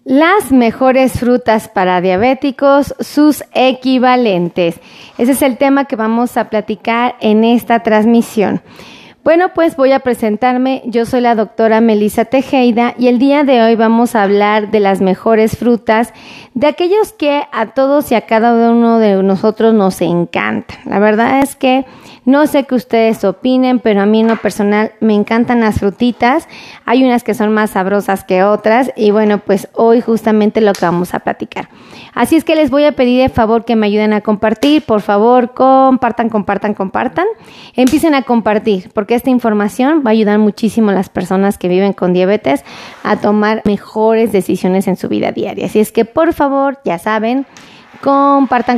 Las mejores frutas para diabéticos, sus equivalentes. Ese es el tema que vamos a platicar en esta transmisión. Bueno, pues voy a presentarme. Yo soy la doctora Melissa Tejeda y el día de hoy vamos a hablar de las mejores frutas, de aquellos que a todos y a cada uno de nosotros nos encantan. La verdad es que no sé qué ustedes opinen, pero a mí en lo personal me encantan las frutitas. Hay unas que son más sabrosas que otras y bueno, pues hoy justamente lo que vamos a platicar. Así es que les voy a pedir de favor que me ayuden a compartir. Por favor, compartan. Empiecen a compartir porque esta información va a ayudar muchísimo a las personas que viven con diabetes a tomar mejores decisiones en su vida diaria. Así es que por favor, ya saben, compartan.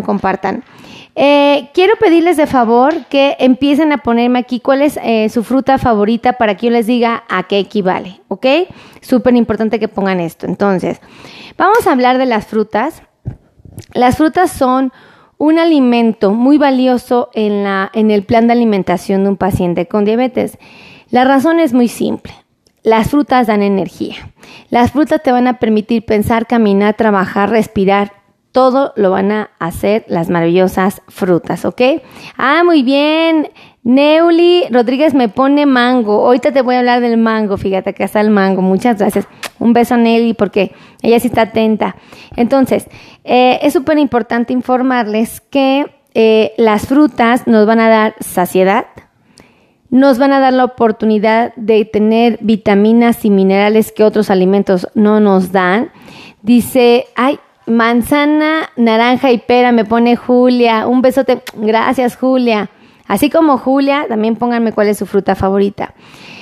Quiero pedirles de favor que empiecen a ponerme aquí cuál es su fruta favorita para que yo les diga a qué equivale, ¿ok? Súper importante que pongan esto. Entonces, vamos a hablar de las frutas. Las frutas son un alimento muy valioso en el plan de alimentación de un paciente con diabetes. La razón es muy simple. Las frutas dan energía. Las frutas te van a permitir pensar, caminar, trabajar, respirar. Todo lo van a hacer las maravillosas frutas, ¿ok? Muy bien. Neuli Rodríguez me pone mango. Ahorita te voy a hablar del mango. Fíjate que está el mango. Muchas gracias. Un beso a Nelly porque ella sí está atenta. Entonces, es súper importante informarles que las frutas nos van a dar saciedad, nos van a dar la oportunidad de tener vitaminas y minerales que otros alimentos no nos dan. Dice, manzana, naranja y pera, me pone Julia. Un besote. Gracias, Julia. Así como Julia, también pónganme cuál es su fruta favorita.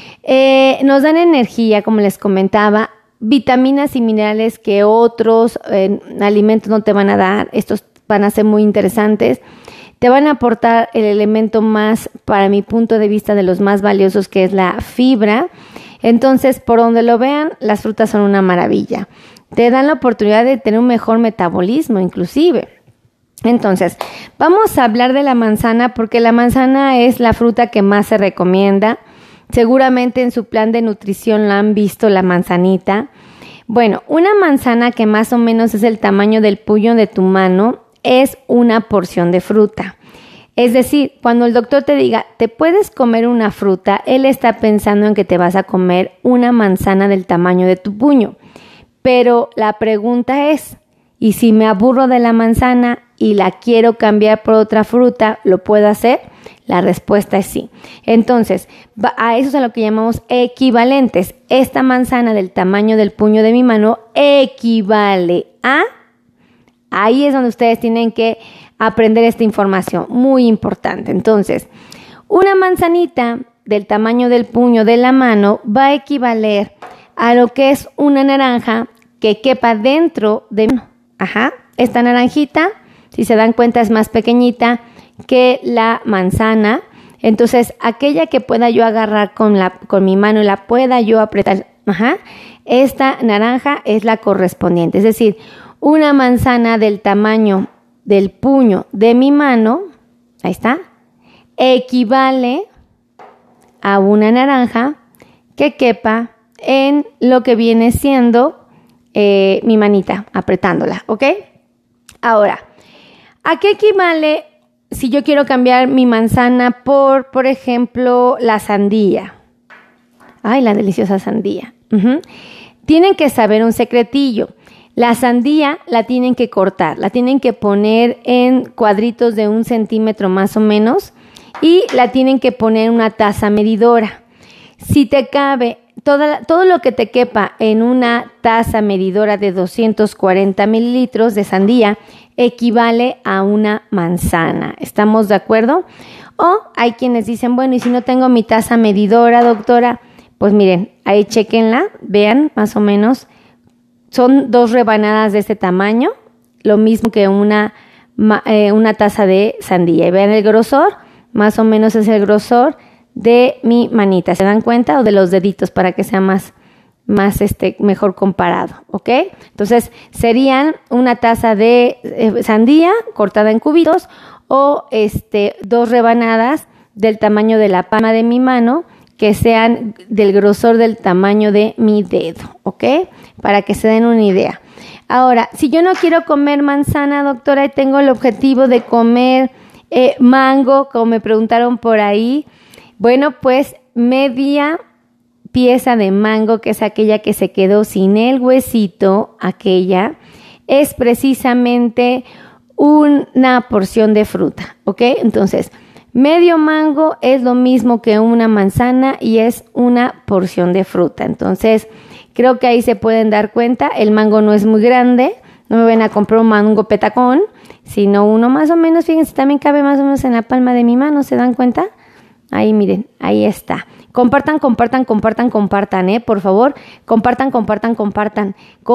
Nos dan energía, como les comentaba, vitaminas y minerales que otros alimentos no te van a dar. Estos van a ser muy interesantes. Te van a aportar el elemento más, para mi punto de vista, de los más valiosos, que es la fibra. Entonces, por donde lo vean, las frutas son una maravilla. Te dan la oportunidad de tener un mejor metabolismo, inclusive. Entonces, vamos a hablar de la manzana porque la manzana es la fruta que más se recomienda. Seguramente en su plan de nutrición la han visto, la manzanita. Bueno, una manzana que más o menos es el tamaño del puño de tu mano es una porción de fruta. Es decir, cuando el doctor te diga, te puedes comer una fruta, él está pensando en que te vas a comer una manzana del tamaño de tu puño. Pero la pregunta es, ¿y si me aburro de la manzana y la quiero cambiar por otra fruta, lo puedo hacer? La respuesta es sí. Entonces, a eso es a lo que llamamos equivalentes. Esta manzana del tamaño del puño de mi mano equivale a... Ahí es donde ustedes tienen que aprender esta información, muy importante. Entonces, una manzanita del tamaño del puño de la mano va a equivaler a lo que es una naranja que quepa dentro de... Esta naranjita, si se dan cuenta, es más pequeñita que la manzana. Entonces, aquella que pueda yo agarrar con mi mano y la pueda yo apretar, esta naranja es la correspondiente. Es decir, una manzana del tamaño del puño de mi mano, ahí está, equivale a una naranja que quepa en lo que viene siendo mi manita, apretándola, ¿ok? Ahora, ¿a qué equivale si yo quiero cambiar mi manzana por ejemplo, la sandía? La deliciosa sandía. Tienen que saber un secretillo. La sandía la tienen que cortar, la tienen que poner en cuadritos de 1 centímetro más o menos y la tienen que poner en una taza medidora. Si te cabe todo lo que te quepa en una taza medidora de 240 mililitros de sandía equivale a una manzana. ¿Estamos de acuerdo? O hay quienes dicen, bueno, y si no tengo mi taza medidora, doctora, pues miren, ahí chequenla, vean más o menos. Son 2 rebanadas de este tamaño, lo mismo que una taza de sandía. Y vean el grosor, más o menos es el grosor de mi manita. ¿Se dan cuenta? O de los deditos para que sea más mejor comparado, ¿ok? Entonces, serían una taza de sandía cortada en cubitos o 2 rebanadas del tamaño de la palma de mi mano que sean del grosor del tamaño de mi dedo, ¿ok? Para que se den una idea. Ahora, si yo no quiero comer manzana, doctora, y tengo el objetivo de comer mango, como me preguntaron por ahí, bueno, pues media pieza de mango, que es aquella que se quedó sin el huesito, aquella es precisamente una porción de fruta, ¿ok? Entonces, medio mango es lo mismo que una manzana y es una porción de fruta. Entonces, creo que ahí se pueden dar cuenta, el mango no es muy grande, no me ven a comprar un mango petacón, sino uno más o menos, fíjense, también cabe más o menos en la palma de mi mano, ¿se dan cuenta? Ahí miren, ahí está. Compartan, por favor, compartan.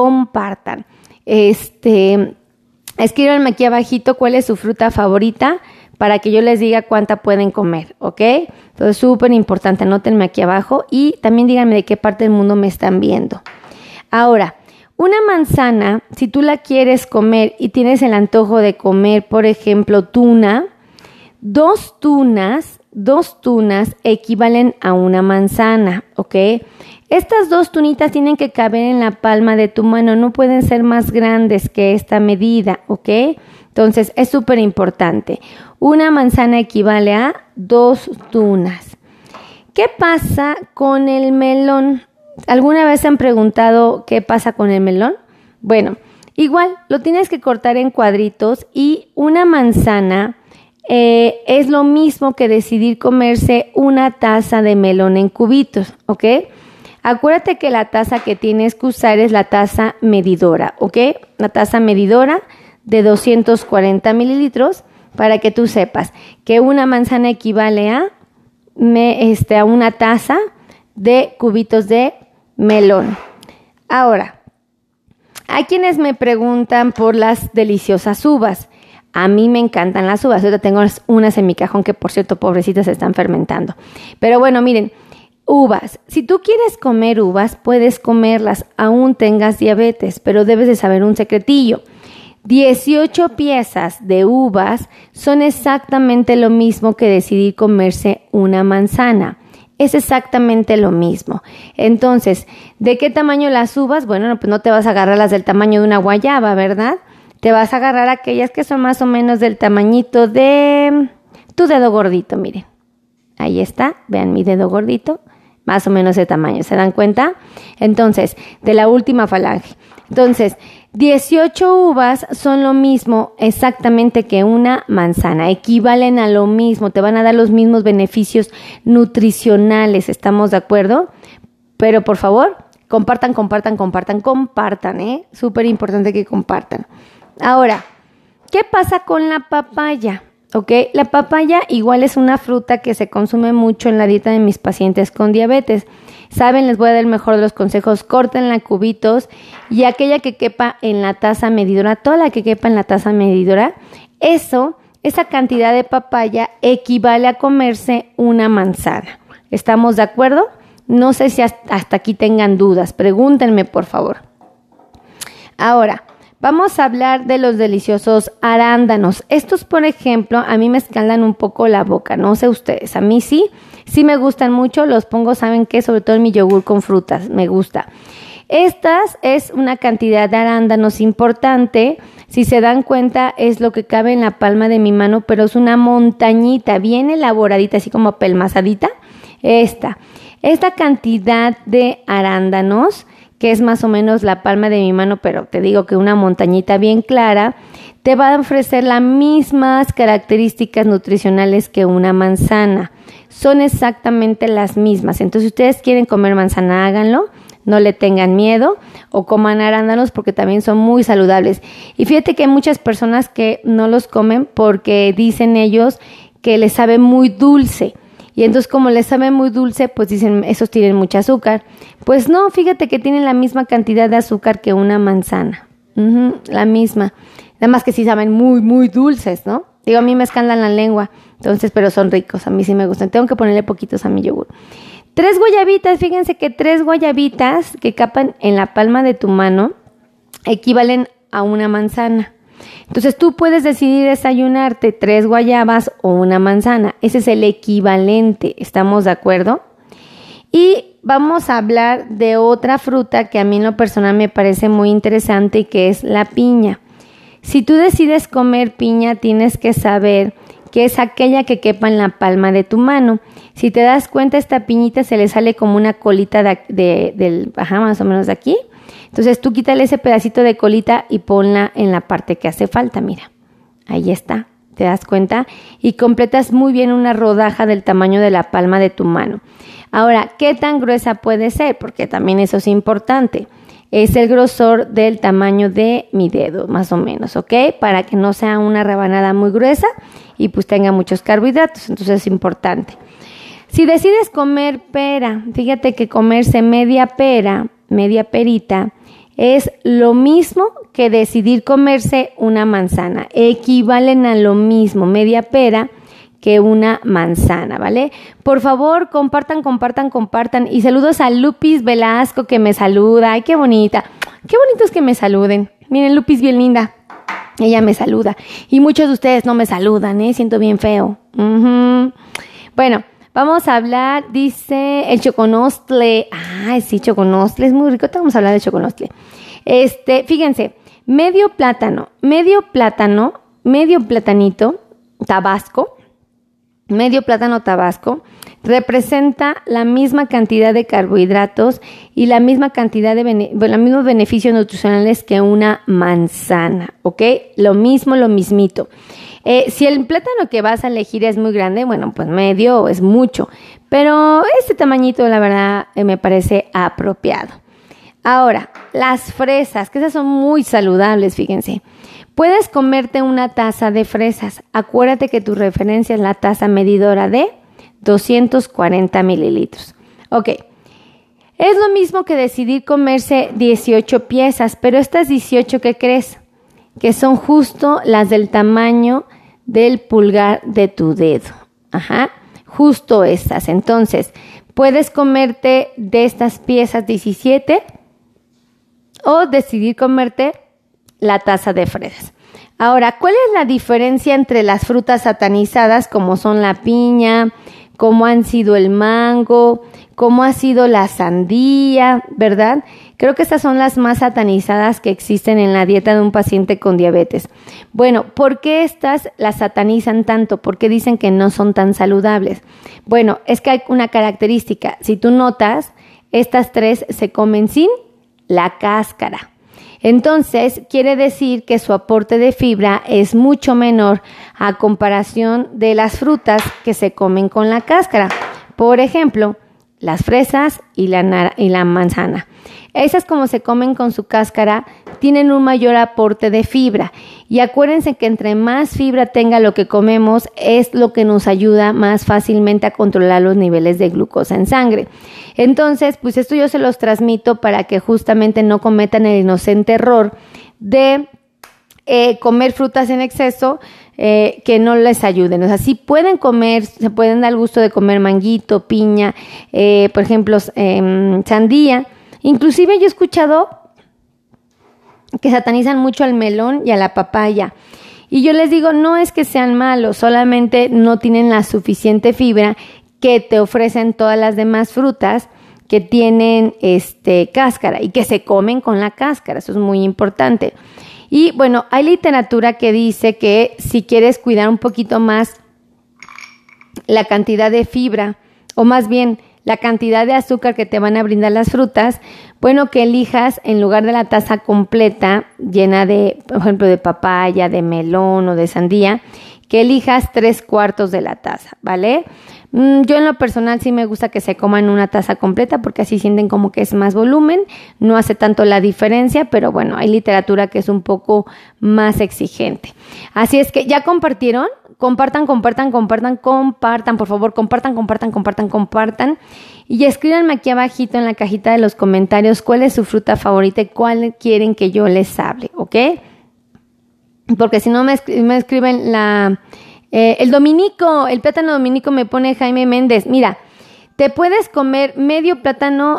Escríbanme aquí abajito cuál es su fruta favorita para que yo les diga cuánta pueden comer, ¿ok? Entonces, súper importante, anótenme aquí abajo y también díganme de qué parte del mundo me están viendo. Ahora, una manzana, si tú la quieres comer y tienes el antojo de comer, por ejemplo, tuna, dos tunas equivalen a una manzana, ¿ok? Estas dos tunitas tienen que caber en la palma de tu mano, no pueden ser más grandes que esta medida, ¿ok? Entonces, es súper importante. Una manzana equivale a 2 tunas. ¿Qué pasa con el melón? ¿Alguna vez se han preguntado qué pasa con el melón? Bueno, igual lo tienes que cortar en cuadritos y una manzana es lo mismo que decidir comerse una taza de melón en cubitos, ¿ok? Acuérdate que la taza que tienes que usar es la taza medidora, ¿ok? La taza medidora de 240 mililitros para que tú sepas que una manzana equivale a una taza de cubitos de melón. Ahora, hay quienes me preguntan por las deliciosas uvas. A mí me encantan las uvas. Ahorita tengo unas en mi cajón que, por cierto, pobrecitas, se están fermentando. Pero bueno, miren, uvas. Si tú quieres comer uvas, puedes comerlas, aún tengas diabetes, pero debes de saber un secretillo. 18 piezas de uvas son exactamente lo mismo que decidir comerse una manzana. Es exactamente lo mismo. Entonces, ¿de qué tamaño las uvas? Bueno, pues no te vas a agarrar las del tamaño de una guayaba, ¿verdad? Te vas a agarrar aquellas que son más o menos del tamañito de tu dedo gordito, miren. Ahí está, vean mi dedo gordito, más o menos de tamaño, ¿se dan cuenta? Entonces, de la última falange. Entonces, 18 uvas son lo mismo exactamente que una manzana, equivalen a lo mismo, te van a dar los mismos beneficios nutricionales, ¿estamos de acuerdo? Pero por favor, compartan, ¿eh? Súper importante que compartan. Ahora, ¿qué pasa con la papaya? ¿Ok? La papaya igual es una fruta que se consume mucho en la dieta de mis pacientes con diabetes. Saben, les voy a dar el mejor de los consejos, córtenla en cubitos y aquella que quepa en la taza medidora, toda la que quepa en la taza medidora, esa cantidad de papaya equivale a comerse una manzana. ¿Estamos de acuerdo? No sé si hasta aquí tengan dudas, pregúntenme por favor. Ahora, vamos a hablar de los deliciosos arándanos. Estos, por ejemplo, a mí me escaldan un poco la boca, no sé ustedes, a mí sí me gustan mucho, los pongo, ¿saben qué? Sobre todo en mi yogur con frutas, me gusta. Estas es una cantidad de arándanos importante, si se dan cuenta es lo que cabe en la palma de mi mano, pero es una montañita bien elaboradita, así como pelmazadita. Esta cantidad de arándanos, que es más o menos la palma de mi mano, pero te digo que una montañita bien clara, te va a ofrecer las mismas características nutricionales que una manzana. Son exactamente las mismas. Entonces, si ustedes quieren comer manzana, háganlo. No le tengan miedo o coman arándanos porque también son muy saludables. Y fíjate que hay muchas personas que no los comen porque dicen ellos que les sabe muy dulce. Y entonces como les sabe muy dulce, pues dicen, esos tienen mucho azúcar. Pues no, fíjate que tienen la misma cantidad de azúcar que una manzana. La misma. Nada más que sí saben muy, muy dulces, ¿no? Digo, a mí me escandan la lengua. Entonces, pero son ricos, a mí sí me gustan. Tengo que ponerle poquitos a mi yogur. 3 guayabitas, fíjense que 3 guayabitas que capan en la palma de tu mano equivalen a una manzana. Entonces tú puedes decidir desayunarte 3 guayabas o una manzana. Ese es el equivalente, ¿estamos de acuerdo? Y vamos a hablar de otra fruta que a mí en lo personal me parece muy interesante y que es la piña. Si tú decides comer piña, tienes que saber que es aquella que quepa en la palma de tu mano. Si te das cuenta, esta piñita se le sale como una colita más o menos de aquí. Entonces tú quítale ese pedacito de colita y ponla en la parte que hace falta, mira. Ahí está, ¿te das cuenta? Y completas muy bien una rodaja del tamaño de la palma de tu mano. Ahora, ¿qué tan gruesa puede ser? Porque también eso es importante. Es el grosor del tamaño de mi dedo, más o menos, ¿ok? Para que no sea una rebanada muy gruesa y pues tenga muchos carbohidratos, entonces es importante. Si decides comer pera, fíjate que comerse media perita, es lo mismo que decidir comerse una manzana. Equivalen a lo mismo, media pera que una manzana, ¿vale? Por favor, compartan. Y saludos a Lupis Velasco que me saluda. Ay, qué bonita. Qué bonito es que me saluden. Miren, Lupis bien linda. Ella me saluda. Y muchos de ustedes no me saludan, ¿eh? Siento bien feo. Bueno, vamos a hablar, dice, el choconostle. Ay, sí, choconostle. Es muy rico. Vamos a hablar de choconostle. Fíjense, medio platanito, tabasco, representa la misma cantidad de carbohidratos y la misma cantidad de los mismos beneficios nutricionales que una manzana, ¿ok? Lo mismito. Si el plátano que vas a elegir es muy grande, bueno, pues medio es mucho, pero este tamañito, la verdad, me parece apropiado. Ahora, las fresas, que esas son muy saludables, fíjense. Puedes comerte una taza de fresas. Acuérdate que tu referencia es la taza medidora de 240 mililitros. Ok, es lo mismo que decidir comerse 18 piezas, pero estas 18, ¿qué crees? Que son justo las del tamaño del pulgar de tu dedo. Ajá, justo estas. Entonces, puedes comerte de estas piezas 17 o decidir comerte la taza de fresas. Ahora, ¿cuál es la diferencia entre las frutas satanizadas como son la piña, como han sido el mango, como ha sido la sandía, ¿verdad? Creo que estas son las más satanizadas que existen en la dieta de un paciente con diabetes. Bueno, ¿por qué estas las satanizan tanto? ¿Por qué dicen que no son tan saludables? Bueno, es que hay una característica. Si tú notas, estas tres se comen sin la cáscara. Entonces, quiere decir que su aporte de fibra es mucho menor a comparación de las frutas que se comen con la cáscara. Por ejemplo, las fresas y la manzana. Esas, como se comen con su cáscara, tienen un mayor aporte de fibra. Y acuérdense que entre más fibra tenga lo que comemos, es lo que nos ayuda más fácilmente a controlar los niveles de glucosa en sangre. Entonces, pues esto yo se los transmito para que justamente no cometan el inocente error de comer frutas en exceso que no les ayuden. O sea, sí pueden comer, se pueden dar el gusto de comer manguito, piña, por ejemplo, sandía. Inclusive yo he escuchado que satanizan mucho al melón y a la papaya. Y yo les digo, no es que sean malos, solamente no tienen la suficiente fibra que te ofrecen todas las demás frutas que tienen cáscara y que se comen con la cáscara. Eso es muy importante. Y bueno, hay literatura que dice que si quieres cuidar un poquito más la cantidad de fibra, o más bien la cantidad de azúcar que te van a brindar las frutas, bueno, que elijas en lugar de la taza completa llena de, por ejemplo, de papaya, de melón o de sandía, que elijas 3/4 de la taza, ¿vale? Yo en lo personal sí me gusta que se coman una taza completa porque así sienten como que es más volumen, no hace tanto la diferencia, pero bueno, hay literatura que es un poco más exigente. Así es que, ¿ya compartieron? Compartan, por favor, compartan. Y escríbanme aquí abajito en la cajita de los comentarios cuál es su fruta favorita y cuál quieren que yo les hable, ¿ok? Porque si no me escriben el plátano dominico me pone Jaime Méndez. Mira, te puedes comer medio plátano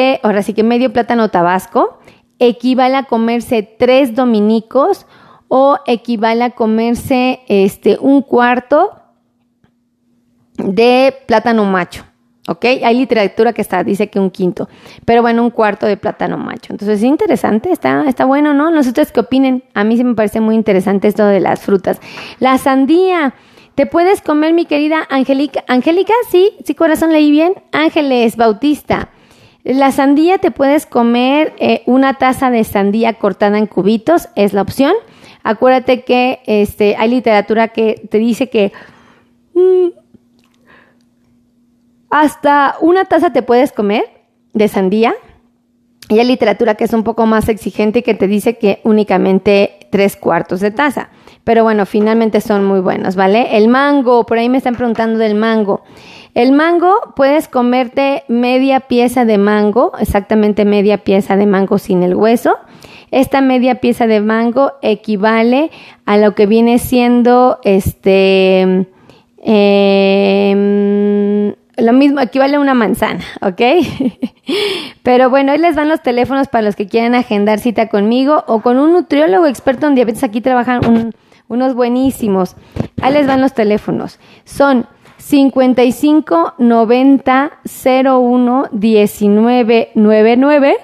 tabasco, equivale a comerse 3 dominicos o equivale a comerse 1/4 de plátano macho, ¿ok? Hay literatura que dice que un quinto, pero bueno, un cuarto de plátano macho. Entonces es interesante, está bueno, ¿no? No sé ustedes qué opinen. A mí sí me parece muy interesante esto de las frutas. La sandía, ¿te puedes comer, mi querida Angélica? Angélica, sí, corazón, leí bien. Ángeles Bautista. La sandía, te puedes comer una taza de sandía cortada en cubitos, es la opción. Acuérdate que hay literatura que te dice que hasta una taza te puedes comer de sandía. Y hay literatura que es un poco más exigente y que te dice que únicamente 3/4 de taza. Pero bueno, finalmente son muy buenos, ¿vale? El mango, por ahí me están preguntando del mango. El mango, puedes comerte media pieza de mango, exactamente media pieza de mango sin el hueso. Esta media pieza de mango equivale a lo que viene siendo lo mismo, equivale a una manzana, ¿ok? Pero bueno, ahí les van los teléfonos para los que quieran agendar cita conmigo o con un nutriólogo experto en diabetes. Aquí trabajan unos buenísimos. Ahí les van los teléfonos. Son 55 90 01 19 99.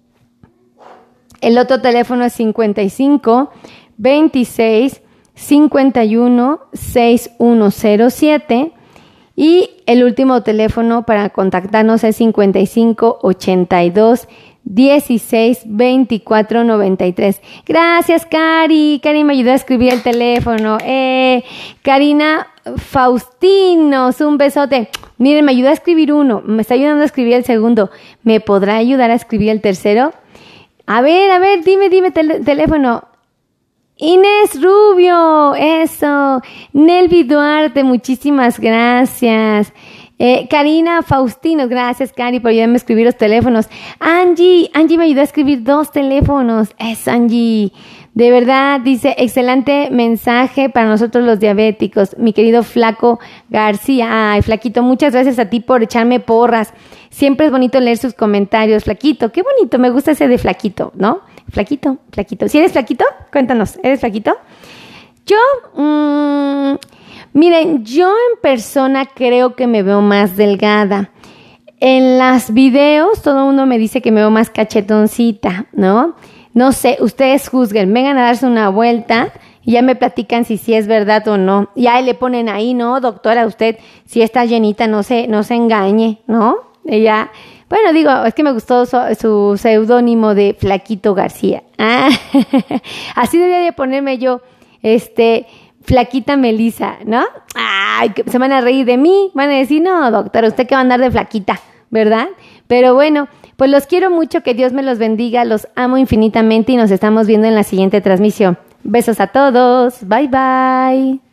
El otro teléfono es 55 26 51 6107. Y el último teléfono para contactarnos es 55 82 16 24 93. Gracias, Cari. Cari me ayudó a escribir el teléfono. Karina Faustinos, un besote. Miren, me ayudó a escribir uno. Me está ayudando a escribir el segundo. ¿Me podrá ayudar a escribir el tercero? A ver, dime teléfono. Inés Rubio, eso. Nelvi Duarte, muchísimas gracias. Karina Faustino, gracias, Cari, por ayudarme a escribir los teléfonos. Angie me ayudó a escribir 2 teléfonos. Es Angie. De verdad, dice, excelente mensaje para nosotros los diabéticos. Mi querido Flaco García. Ay, Flaquito, muchas gracias a ti por echarme porras. Siempre es bonito leer sus comentarios. Flaquito, qué bonito, me gusta ese de Flaquito, ¿no? Flaquito. ¿Si eres flaquito? Cuéntanos, ¿eres flaquito? Miren, yo en persona creo que me veo más delgada. En los videos todo el mundo me dice que me veo más cachetoncita, ¿no? No sé, ustedes juzguen, vengan a darse una vuelta y ya me platican si es verdad o no. Ya le ponen ahí, ¿no, doctora? Usted, si está llenita, no se engañe, ¿no? Ella... Bueno, digo, es que me gustó su seudónimo de Flaquito García. Así debería de ponerme yo, Flaquita Melisa, ¿no? Ay, que se van a reír de mí, van a decir, no, doctora, usted que va a andar de flaquita, ¿verdad? Pero bueno, pues los quiero mucho, que Dios me los bendiga, los amo infinitamente y nos estamos viendo en la siguiente transmisión. Besos a todos, bye bye.